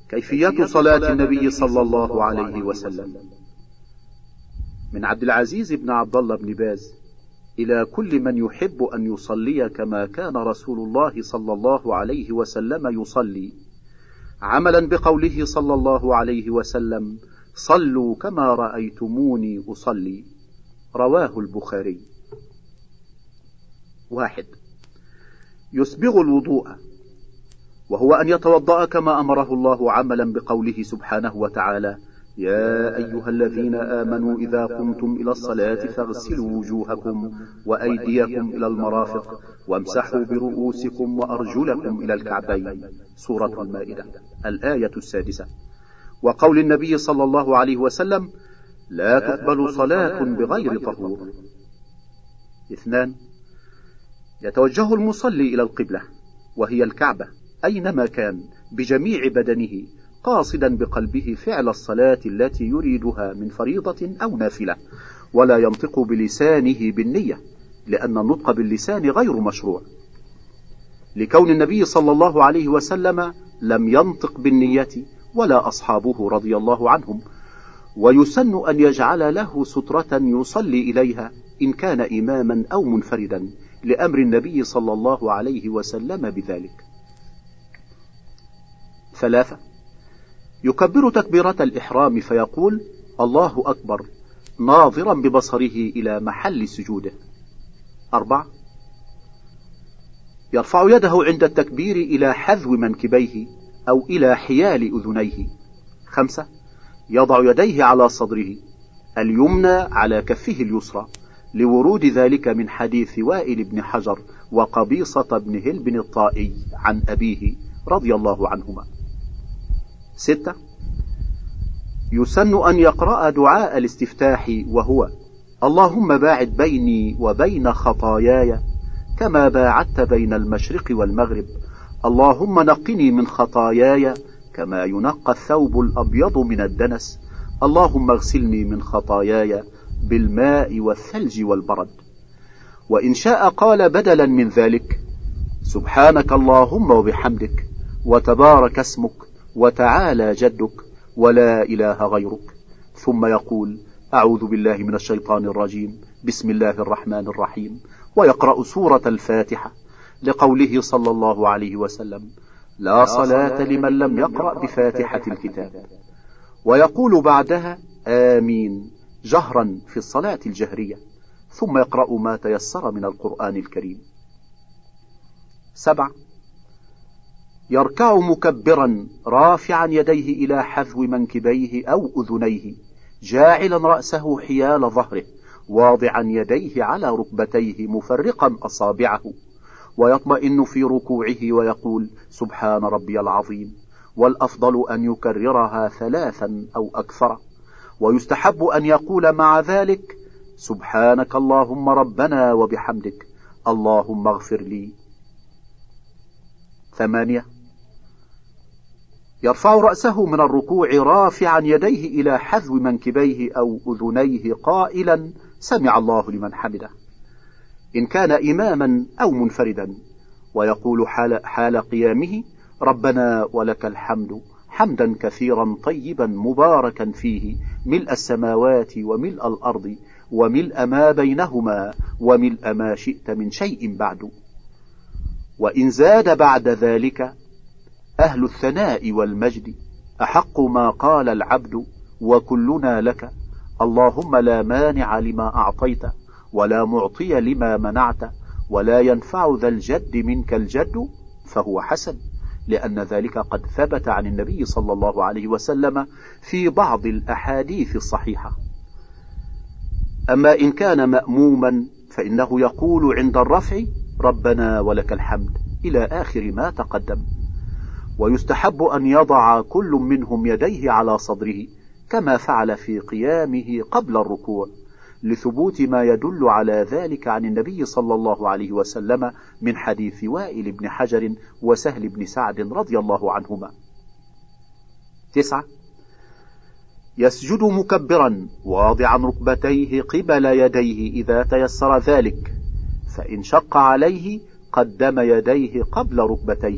كيفية صلاة النبي صلى الله عليه وسلم. من عبد العزيز بن عبد الله بن باز: إلى كل من يحب أن يصلي كما كان رسول الله صلى الله عليه وسلم يصلي، عملا بقوله صلى الله عليه وسلم: صلوا كما رأيتموني أصلي. رواه البخاري. 1. يسبغ الوضوء، وهو أن يتوضأ كما أمره الله، عملا بقوله سبحانه وتعالى: يا أيها الذين آمنوا إذا قمتم إلى الصلاة فاغسلوا وجوهكم وأيديكم إلى المرافق وامسحوا برؤوسكم وأرجلكم إلى الكعبين. سورة المائدة، الآية 6. وقول النبي صلى الله عليه وسلم: لا تقبل صلاة بغير طهور. 2. يتوجه المصلي إلى القبلة، وهي الكعبة، أينما كان بجميع بدنه، قاصدا بقلبه فعل الصلاة التي يريدها من فريضة أو نافلة، ولا ينطق بلسانه بالنية، لأن النطق باللسان غير مشروع، لكون النبي صلى الله عليه وسلم لم ينطق بالنية ولا أصحابه رضي الله عنهم. ويسن أن يجعل له سترة يصلي إليها إن كان إماما أو منفردا، لأمر النبي صلى الله عليه وسلم بذلك. 3. يكبر تكبيرة الإحرام فيقول: الله أكبر، ناظرا ببصره إلى محل سجوده. 4. يرفع يده عند التكبير إلى حذو منكبيه أو إلى حيال أذنيه. 5. يضع يديه على صدره، اليمنى على كفه اليسرى، لورود ذلك من حديث وائل بن حجر وقبيصة بن هلب الطائي عن أبيه رضي الله عنهما. 6. يسن أن يقرأ دعاء الاستفتاح، وهو: اللهم باعد بيني وبين خطاياي كما باعدت بين المشرق والمغرب، اللهم نقني من خطاياي كما ينقى الثوب الأبيض من الدنس، اللهم اغسلني من خطاياي بالماء والثلج والبرد. وإن شاء قال بدلا من ذلك: سبحانك اللهم وبحمدك، وتبارك اسمك، وتعالى جدك، ولا إله غيرك. ثم يقول: أعوذ بالله من الشيطان الرجيم، بسم الله الرحمن الرحيم، ويقرأ سورة الفاتحة، لقوله صلى الله عليه وسلم: لا صلاة لمن لم يقرأ بفاتحة الكتاب. ويقول بعدها: آمين، جهرا في الصلاة الجهرية، ثم يقرأ ما تيسر من القرآن الكريم. 7. يركع مكبرا رافعا يديه إلى حذو منكبيه أو أذنيه، جاعلا رأسه حيال ظهره، واضعا يديه على ركبتيه، مفرقا أصابعه، ويطمئن في ركوعه ويقول: سبحان ربي العظيم. والأفضل أن يكررها 3 أو أكثر. ويستحب أن يقول مع ذلك: سبحانك اللهم ربنا وبحمدك، اللهم اغفر لي. 8. يرفع رأسه من الركوع رافعا يديه إلى حذو منكبيه أو أذنيه، قائلا: سمع الله لمن حمده، إن كان إماما أو منفردا، ويقول حال قيامه: ربنا ولك الحمد حمدا كثيرا طيبا مباركا فيه، ملء السماوات وملء الأرض وملء ما بينهما وملء ما شئت من شيء بعد. وإن زاد بعد ذلك: أهل الثناء والمجد أحق ما قال العبد، وكلنا لك، اللهم لا مانع لما أعطيت، ولا معطي لما منعت، ولا ينفع ذا الجد منك الجد، فهو حسن، لأن ذلك قد ثبت عن النبي صلى الله عليه وسلم في بعض الأحاديث الصحيحة. أما إن كان مأموما فإنه يقول عند الرفع: ربنا ولك الحمد، إلى آخر ما تقدم. ويستحب أن يضع كل منهم يديه على صدره كما فعل في قيامه قبل الركوع، لثبوت ما يدل على ذلك عن النبي صلى الله عليه وسلم من حديث وائل بن حجر وسهل بن سعد رضي الله عنهما. 9. يسجد مكبرا واضعا ركبتيه قبل يديه إذا تيسر ذلك، فإن شق عليه قدم يديه قبل ركبتيه،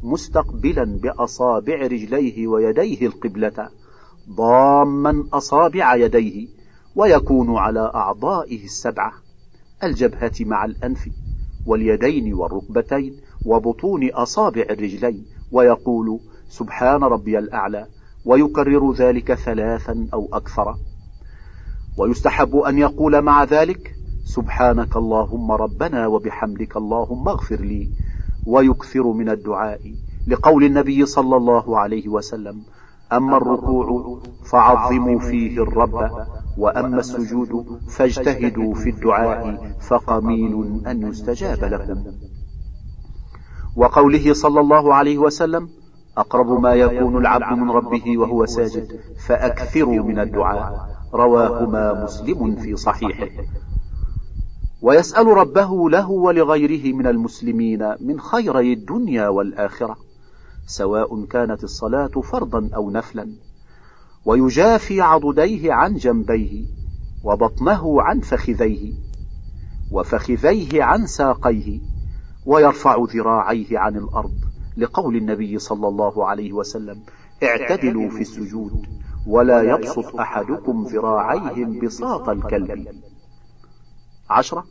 مستقبلا بأصابع رجليه ويديه القبلة، ضاما أصابع يديه، ويكون على أعضائه السبعة: الجبهة مع الأنف، واليدين والركبتين، وبطون أصابع الرجلين، ويقول: سبحان ربي الأعلى، ويكرر ذلك 3 أو أكثر. ويستحب أن يقول مع ذلك: سبحانك اللهم ربنا وبحمدك اللهم اغفر لي، ويكثر من الدعاء، لقول النبي صلى الله عليه وسلم: أما الركوع فعظموا فيه الرب، وأما السجود فاجتهدوا في الدعاء فقمين أن يستجاب لكم. وقوله صلى الله عليه وسلم: أقرب ما يكون العبد من ربه وهو ساجد فأكثروا من الدعاء، رواهما مسلم في صحيحه. ويسأل ربه له ولغيره من المسلمين من خيري الدنيا والآخرة، سواء كانت الصلاة فرضا أو نفلا، ويجافي عضديه عن جنبيه، وبطنه عن فخذيه، وفخذيه عن ساقيه، ويرفع ذراعيه عن الأرض، لقول النبي صلى الله عليه وسلم: اعتدلوا في السجود، ولا يبسط أحدكم ذراعيه بساط الكلب. 10.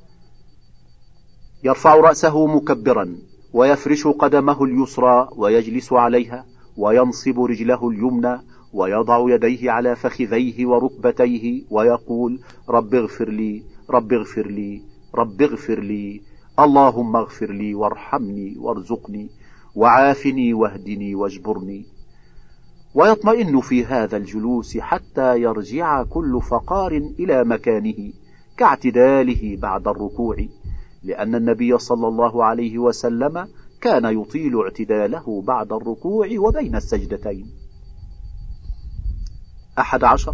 يرفع رأسه مكبرا، ويفرش قدمه اليسرى ويجلس عليها، وينصب رجله اليمنى، ويضع يديه على فخذيه وركبتيه، ويقول: رب اغفر لي، رب اغفر لي، رب اغفر لي، اللهم اغفر لي وارحمني وارزقني وعافني واهدني واجبرني. ويطمئن في هذا الجلوس حتى يرجع كل فقار إلى مكانه، كاعتداله بعد الركوع، لأن النبي صلى الله عليه وسلم كان يطيل اعتداله بعد الركوع وبين السجدتين. 11.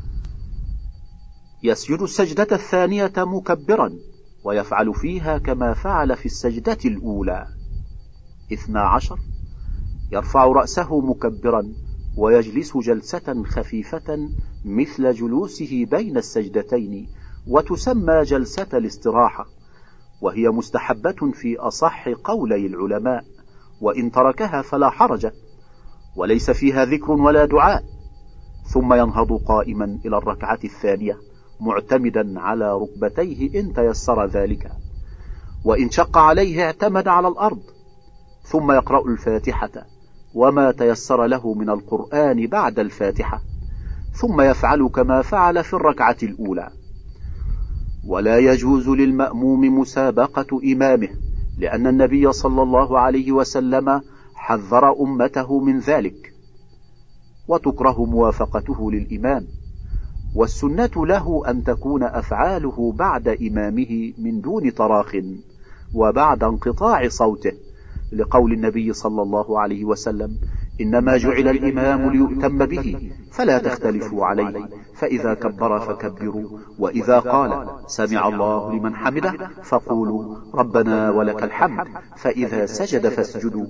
يسجد السجدة الثانية مكبرا، ويفعل فيها كما فعل في السجدة الأولى. 12. يرفع رأسه مكبرا، ويجلس جلسة خفيفة مثل جلوسه بين السجدتين، وتسمى جلسة الاستراحة، وهي مستحبة في أصح قولي العلماء، وإن تركها فلا حرج، وليس فيها ذكر ولا دعاء. ثم ينهض قائما إلى الركعة الثانية معتمدا على ركبتيه إن تيسر ذلك، وإن شق عليه اعتمد على الأرض، ثم يقرأ الفاتحة وما تيسر له من القرآن بعد الفاتحة، ثم يفعل كما فعل في الركعة الأولى. ولا يجوز للمأموم مسابقة إمامه، لأن النبي صلى الله عليه وسلم حذر أمته من ذلك، وتكره موافقته للإمام، والسنة له أن تكون أفعاله بعد إمامه من دون تراخ وبعد انقطاع صوته، لقول النبي صلى الله عليه وسلم: إنما جعل الإمام ليؤتم به فلا تختلفوا عليه، فإذا كبر فكبروا، وإذا قال سمع الله لمن حمده فقولوا ربنا ولك الحمد، فإذا سجد فاسجدوا.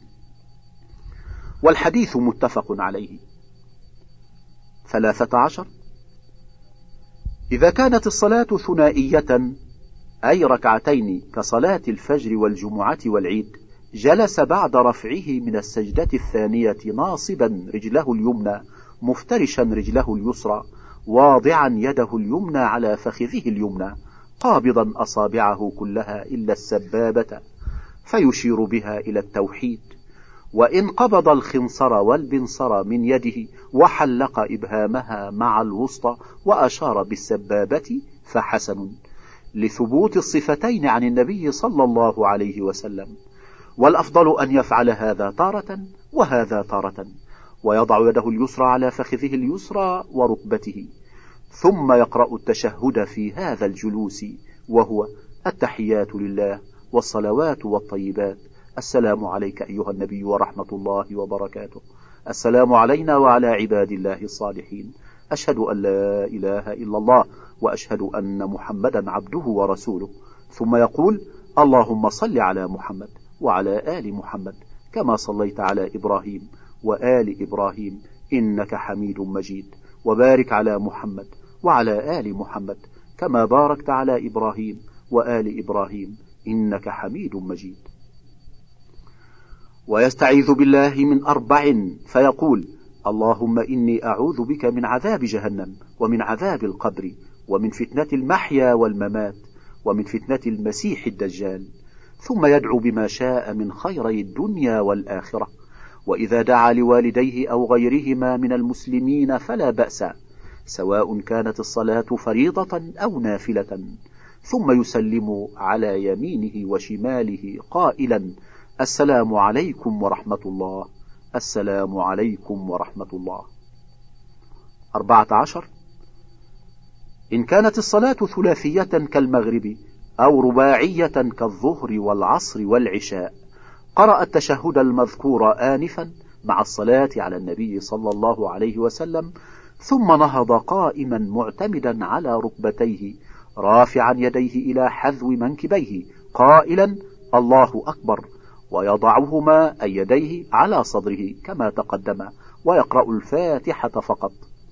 والحديث متفق عليه. 13. إذا كانت الصلاة ثنائية أي ركعتين كصلاة الفجر والجمعة والعيد، جلس بعد رفعه من السجدة الثانية ناصبا رجله اليمنى مفترشا رجله اليسرى، واضعا يده اليمنى على فخذه اليمنى، قابضا أصابعه كلها إلا السبابة، فيشير بها إلى التوحيد، وإن قبض الخنصر والبنصر من يده وحلق إبهامها مع الوسطى وأشار بالسبابة فحسن، لثبوت الصفتين عن النبي صلى الله عليه وسلم. والأفضل أن يفعل هذا تارة وهذا تارة، ويضع يده اليسرى على فخذه اليسرى وركبته، ثم يقرأ التشهد في هذا الجلوس، وهو: التحيات لله والصلوات والطيبات، السلام عليك أيها النبي ورحمة الله وبركاته، السلام علينا وعلى عباد الله الصالحين، أشهد أن لا إله إلا الله، وأشهد أن محمدا عبده ورسوله. ثم يقول: اللهم صل على محمد وعلى آل محمد كما صليت على إبراهيم وآل إبراهيم إنك حميد مجيد، وبارك على محمد وعلى آل محمد كما باركت على إبراهيم وآل إبراهيم إنك حميد مجيد. ويستعيذ بالله من 4 فيقول: اللهم إني أعوذ بك من عذاب جهنم ومن عذاب القبر ومن فتنة المحيا والممات ومن فتنة المسيح الدجال، ثم يدعو بما شاء من خيري الدنيا والآخرة. وإذا دعا لوالديه أو غيرهما من المسلمين فلا بأس، سواء كانت الصلاة فريضة أو نافلة، ثم يسلم على يمينه وشماله قائلا: السلام عليكم ورحمة الله، السلام عليكم ورحمة الله. 14. إن كانت الصلاة ثلاثية كالمغرب أو رباعية كالظهر والعصر والعشاء، قرأ التشهد المذكور آنفا مع الصلاة على النبي صلى الله عليه وسلم، ثم نهض قائما معتمدا على ركبتيه رافعا يديه إلى حذو منكبيه قائلا: الله أكبر، ويضعهما أي يديه على صدره كما تقدم، ويقرأ الفاتحة فقط.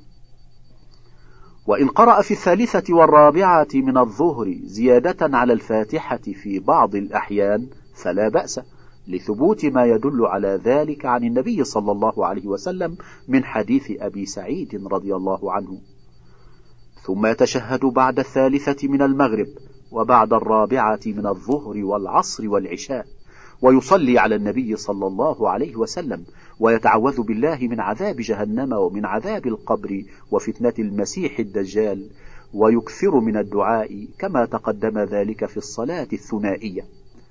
وإن قرأ في 3 والرابعة من الظهر زيادة على الفاتحة في بعض الأحيان فلا بأس، لثبوت ما يدل على ذلك عن النبي صلى الله عليه وسلم من حديث أبي سعيد رضي الله عنه. ثم يتشهد بعد 3 من المغرب وبعد 4 من الظهر والعصر والعشاء، ويصلي على النبي صلى الله عليه وسلم، ويتعوذ بالله من عذاب جهنم ومن عذاب القبر وفتنة المسيح الدجال، ويكثر من الدعاء كما تقدم ذلك في الصلاة الثنائية.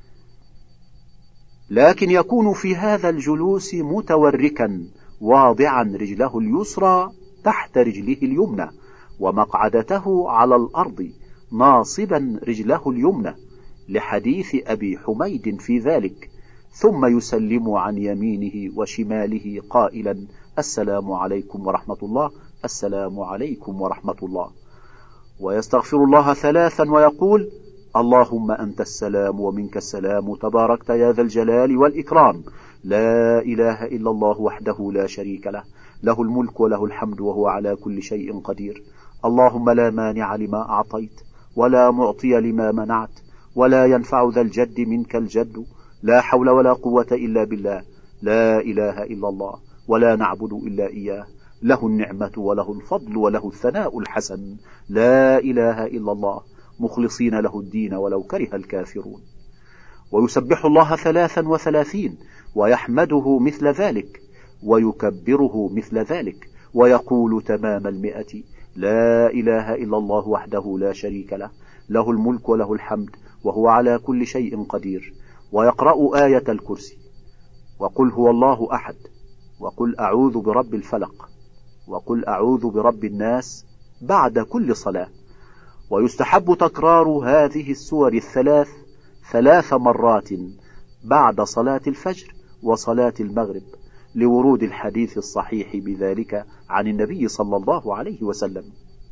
لكن يكون في هذا الجلوس متوركا واضعا رجله اليسرى تحت رجله اليمنى، ومقعدته على الأرض ناصبا رجله اليمنى، لحديث أبي حميد في ذلك، ثم يسلم عن يمينه وشماله قائلا: السلام عليكم ورحمة الله، السلام عليكم ورحمة الله. ويستغفر الله 3 ويقول: اللهم أنت السلام ومنك السلام، تباركت يا ذا الجلال والإكرام، لا إله إلا الله وحده لا شريك له، له الملك وله الحمد وهو على كل شيء قدير. اللهم لا مانع لما أعطيت ولا معطي لما منعت ولا ينفع ذا الجد منك الجد، لا حول ولا قوة إلا بالله، لا إله إلا الله ولا نعبد إلا إياه، له النعمة وله الفضل وله الثناء الحسن، لا إله إلا الله، مخلصين له الدين ولو كره الكافرون. ويسبح الله 33 ويحمده مثل ذلك ويكبره مثل ذلك، ويقول تمام 100: لا إله إلا الله وحده لا شريك له، له الملك وله الحمد وهو على كل شيء قدير. ويقرأ آية الكرسي، وقل هو الله أحد، وقل أعوذ برب الفلق، وقل أعوذ برب الناس بعد كل صلاة. ويستحب تكرار هذه السور 3 مرات بعد صلاة الفجر وصلاة المغرب، لورود الحديث الصحيح بذلك عن النبي صلى الله عليه وسلم.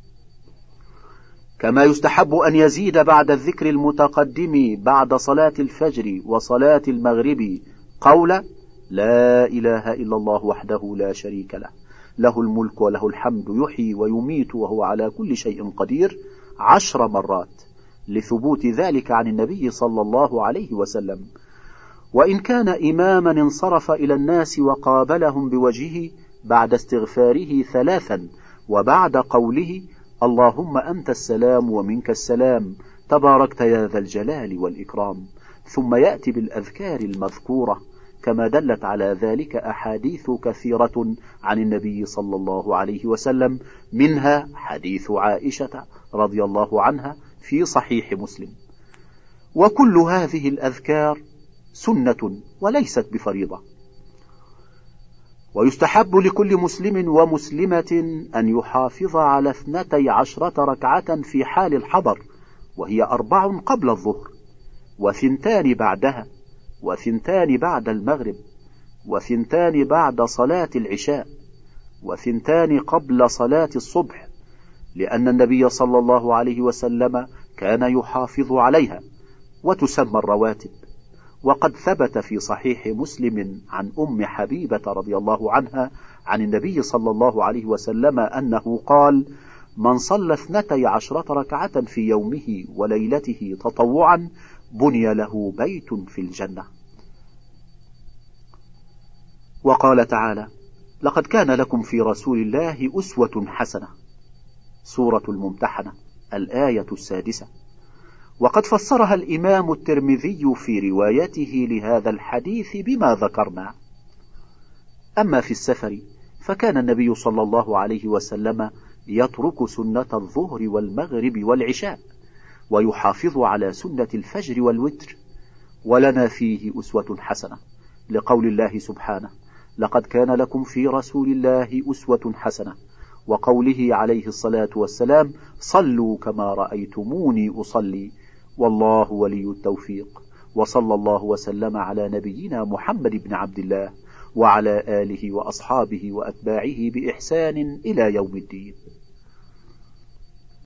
كما يستحب أن يزيد بعد الذكر المتقدم بعد صلاة الفجر وصلاة المغرب قول: لا إله إلا الله وحده لا شريك له، له الملك وله الحمد يحيي ويميت وهو على كل شيء قدير 10 مرات، لثبوت ذلك عن النبي صلى الله عليه وسلم. وإن كان إماما انصرف إلى الناس وقابلهم بوجهه بعد استغفاره 3 وبعد قوله: اللهم أنت السلام ومنك السلام، تباركت يا ذا الجلال والإكرام، ثم يأتي بالأذكار المذكورة، كما دلت على ذلك أحاديث كثيرة عن النبي صلى الله عليه وسلم، منها حديث عائشة رضي الله عنها في صحيح مسلم. وكل هذه الأذكار سنة وليست بفريضة. ويستحب لكل مسلم ومسلمة أن يحافظ على 12 ركعة في حال الحضر، وهي 4 قبل الظهر، و2 بعدها، و2 بعد المغرب، و2 بعد صلاة العشاء، و2 قبل صلاة الصبح، لأن النبي صلى الله عليه وسلم كان يحافظ عليها، وتسمى الرواتب. وقد ثبت في صحيح مسلم عن أم حبيبة رضي الله عنها عن النبي صلى الله عليه وسلم أنه قال: من صلى 12 ركعة في يومه وليلته تطوعا بني له بيت في الجنة. وقال تعالى: لقد كان لكم في رسول الله أسوة حسنة، سورة الممتحنة، الآية 6. وقد فسرها الإمام الترمذي في روايته لهذا الحديث بما ذكرنا. أما في السفر فكان النبي صلى الله عليه وسلم يترك سنة الظهر والمغرب والعشاء، ويحافظ على سنة الفجر والوتر، ولنا فيه أسوة حسنة، لقول الله سبحانه: لقد كان لكم في رسول الله أسوة حسنة، وقوله عليه الصلاة والسلام: صلوا كما رأيتموني أصلي، والله ولي التوفيق. وصلى الله وسلم على نبينا محمد بن عبد الله وعلى آله وأصحابه وأتباعه بإحسان إلى يوم الدين.